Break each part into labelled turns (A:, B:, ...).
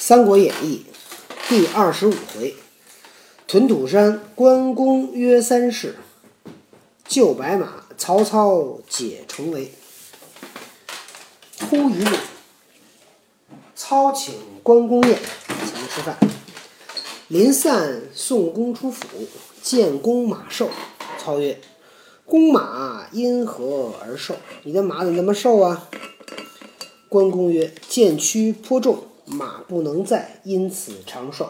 A: 三国演义》第25回，屯土山关公约三世，救白马曹操解重围。突一日，操请关公宴，请吃饭。临散，送公出府，见公马瘦。操曰：“公马因何而瘦？你的马怎么那么瘦啊？”关公曰：“剑躯颇重，马不能载，因此长寿。”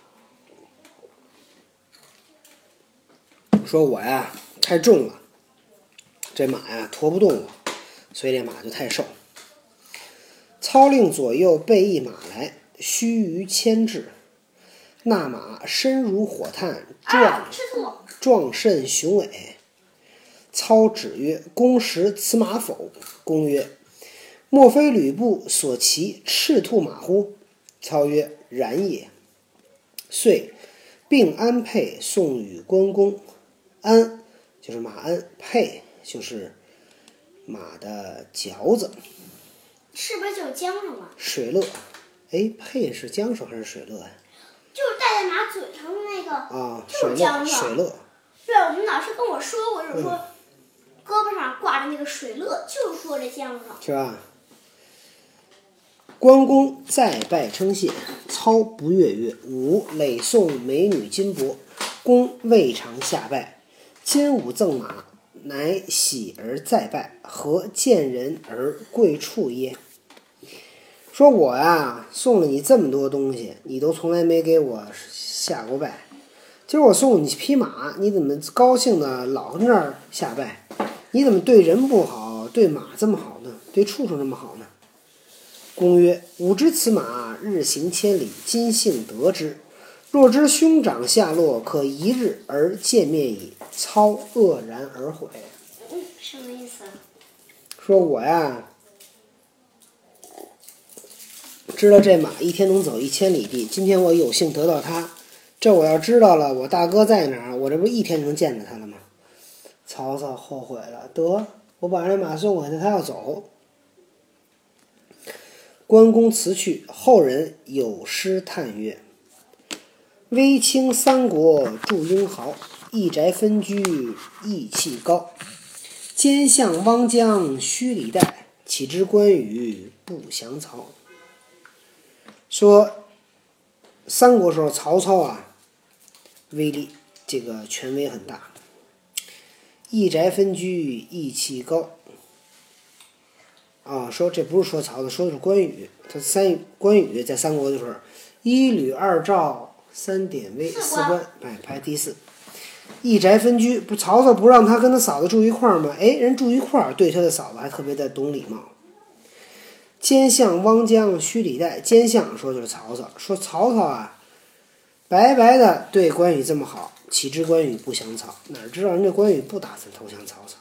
A: 说我呀太重了，这马呀驮不动我，所以这马就太瘦。操令左右备一马来，须臾牵至。那马身如火炭，壮甚雄伟。操指曰：“公识此马否？”公曰：“莫非吕布所骑赤兔马乎？”操曰：“然也。”遂并鞍辔送与关公。鞍就是马鞍，辔就是马的嚼子。
B: 是不是就是缰绳啊？
A: 水勒，辔是缰绳还是水勒呀？
B: 就是戴在马嘴上的那个
A: 啊，
B: 就是缰绳。
A: 水勒。
B: 对，我们老师跟我说过，就是说胳膊上挂着那个水勒，就是说这缰绳。
A: 是吧？关公再拜称谢，操不悦曰：“吾累送美女金帛，公未尝下拜。今吾赠马，乃喜而再拜，何见人而贵处耶？”说我呀送了你这么多东西，你都从来没给我下过拜。今儿我送你匹马，你怎么高兴的老跟这儿下拜？你怎么对人不好，对马这么好呢？对畜生这么好呢？公曰：“吾知此马日行千里，今幸得之。若知兄长下落，可一日而见面矣。”操愕然而悔。
B: 什么意思？
A: 说我呀知道这马一天能走1000里地，今天我有幸得到它，这我要知道了我大哥在哪儿，我这不一天就能见着他了吗？曹操后悔了，得，我把这马送给他，他要走。关公辞去，后人有诗叹曰：“威清三国祝英豪，一宅分居意气高。奸相汪江须礼待，岂知关羽不降曹。”说三国时候曹操啊威力这个权威很大，一宅分居意气高啊，说这不是说曹操，说的是关羽。关羽在三国的时候，1吕2赵3典韦4关，排第4。一宅分居，不曹操不让他跟他嫂子住一块儿吗？人住一块儿，对他的嫂子还特别的懂礼貌。奸相汪江须礼待，奸相说就是曹操，说曹操啊白白的对关羽这么好，岂知关羽不降曹？哪知道人家关羽不打算投降曹操。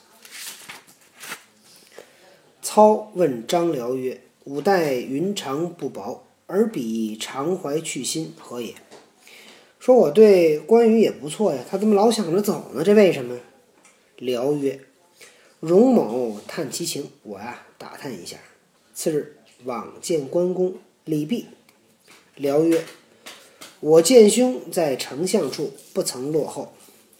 A: 操问张辽曰：“吾待云长不薄，而彼常怀去心，何也？”说我对关羽也不错呀，他怎么老想着走呢？这为什么？辽曰：“荣某探其情，我呀打探一下。”次日往见关公，礼毕。辽曰：“我见兄在丞相处，不曾落后。”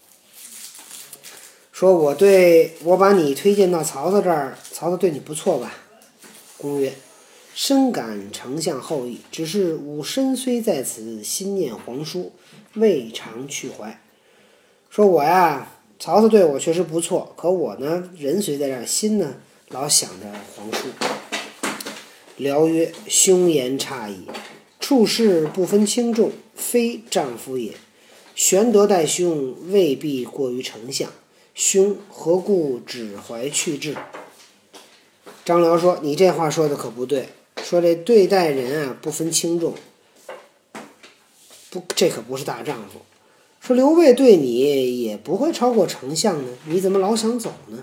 A: 说我把你推荐到曹操这儿，曹操对你不错吧？公曰：“深感丞相厚意，只是吾身虽在此，心念皇叔，未尝去怀。”说我呀曹操对我确实不错，可我呢人虽在这儿，心呢老想着皇叔。辽曰：“兄言差矣，处事不分轻重，非丈夫也。玄德待兄未必过于丞相，兄何故只怀去志？”张辽说：“你这话说的可不对，说这对待人啊不分轻重，不，这可不是大丈夫。说刘备对你也不会超过丞相呢，你怎么老想走呢？”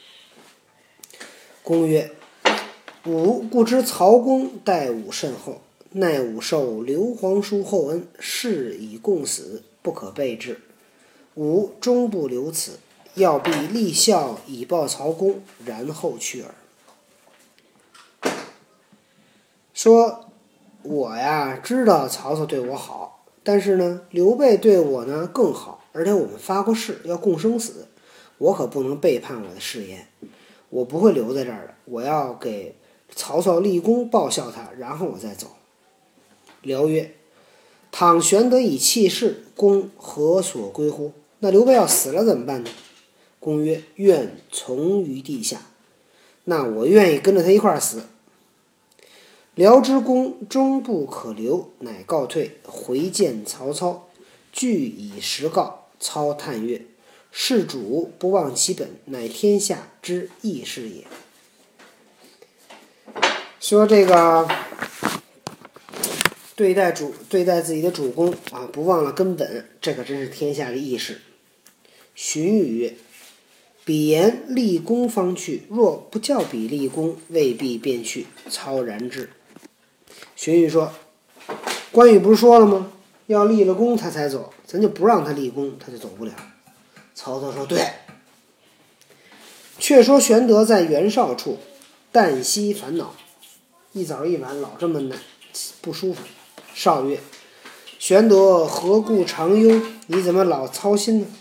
A: 公曰：“吾故知曹公待吾甚厚，奈吾受刘皇叔厚恩，誓以共死，不可背之。吾终不留此，要必立孝以报曹公，然后去耳。”说我呀知道曹操对我好，但是呢，刘备对我呢更好，而且我们发过誓要共生死，我可不能背叛我的誓言，我不会留在这儿的，我要给曹操立功报效他，然后我再走。辽曰：倘玄德以弃世，公何所归乎？那刘备要死了怎么办呢？公曰：愿从于地下。那我愿意跟着他一块儿死。辽之公终不可留，乃告退，回见曹操，据以实告。操叹曰：事主不忘其本，乃天下之义事也。说这个对待自己的主公啊，不忘了根本，这可真是天下的义事。荀彧曰：彼言立功方去，若不叫彼立功，未必便去。操然之。荀彧说，关羽不是说了吗？要立了功他才走，咱就不让他立功，他就走不了。曹操说，对。却说玄德在袁绍处，旦夕烦恼，一早一晚老这么不舒服。绍曰：玄德何故常忧？你怎么老操心呢？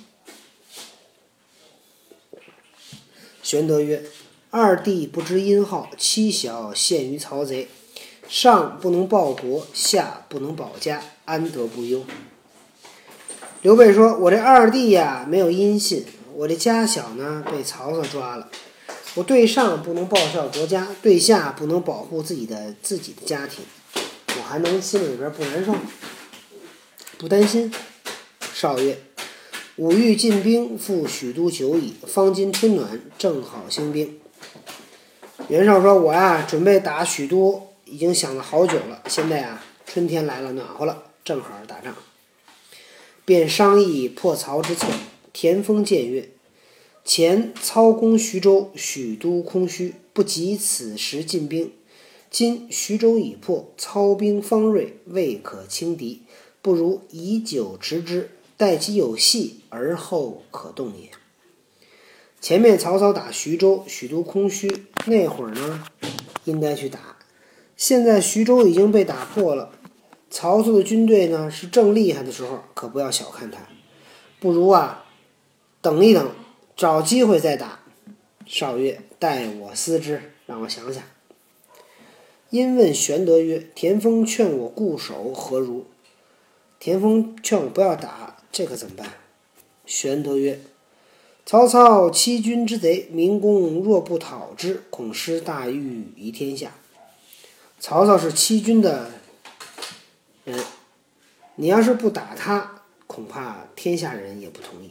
A: 玄德曰：二弟不知音号，妻小陷于曹贼，上不能报国，下不能保家，安得不忧？刘备说，我这二弟呀没有音信，我这家小呢被曹操抓了，我对上不能报效国家，对下不能保护自己的家庭，我还能心里边不难受不担心？绍曰：吾欲进兵赴许都久矣，方今春暖，正好兴兵。袁绍说，我呀准备打许都，已经想了好久了，现在啊春天来了，暖和了，正好打仗。便商议破曹之策。田丰谏曰：前操攻徐州，许都空虚，不及此时进兵，今徐州已破，操兵方锐，未可轻敌，不如以久持之，待其有隙而后可动也。前面曹操打徐州，许都空虚，那会儿呢应该去打，现在徐州已经被打破了，曹操的军队呢是正厉害的时候，可不要小看他，不如啊等一等，找机会再打。绍曰：待我思之，让我想想。因问玄德曰：田丰劝我固守，何如？田丰劝我不要打，这可怎么办？玄德曰：曹操欺君之贼，明公若不讨之，恐失大誉于天下。曹操是欺君的人，你要是不打他，恐怕天下人也不同意。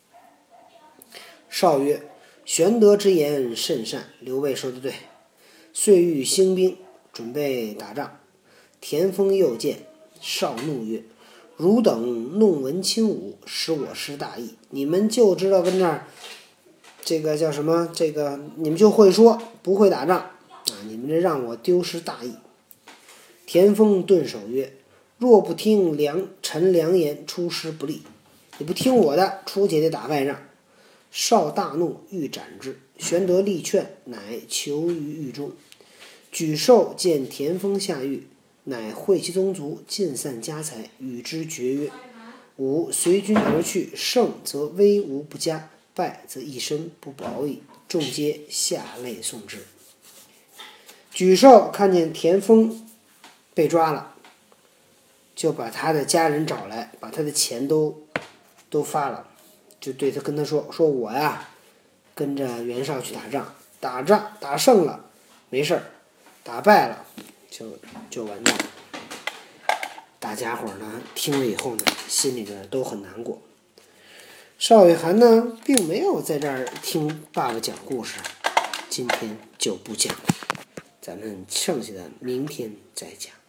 A: 绍曰：玄德之言甚善，刘备说的对，遂欲兴兵，准备打仗。田丰又见，绍怒曰：汝等弄文轻武，使我失大义，你们就知道跟这儿这个叫什么，这个你们就会说，不会打仗啊！你们这让我丢失大义。田丰顿首曰：若不听臣良言，出师不利，你不听我的，出去得打败仗。绍大怒，欲斩之。玄德力劝，乃囚于狱中。沮授见田丰下狱，乃会其宗族，尽散家财，与之决曰：吾随军而去，胜则威武不佳，败则一身不保矣。众皆下泪送之。沮授看见田丰被抓了，就把他的家人找来，把他的钱都发了，就对他跟他说我呀跟着袁绍去打仗，打胜了没事儿，打败了就完蛋。大家伙呢听了以后呢，心里边都很难过。邵雨涵呢并没有在这儿听爸爸讲故事，今天就不讲了，咱们剩下的明天再讲。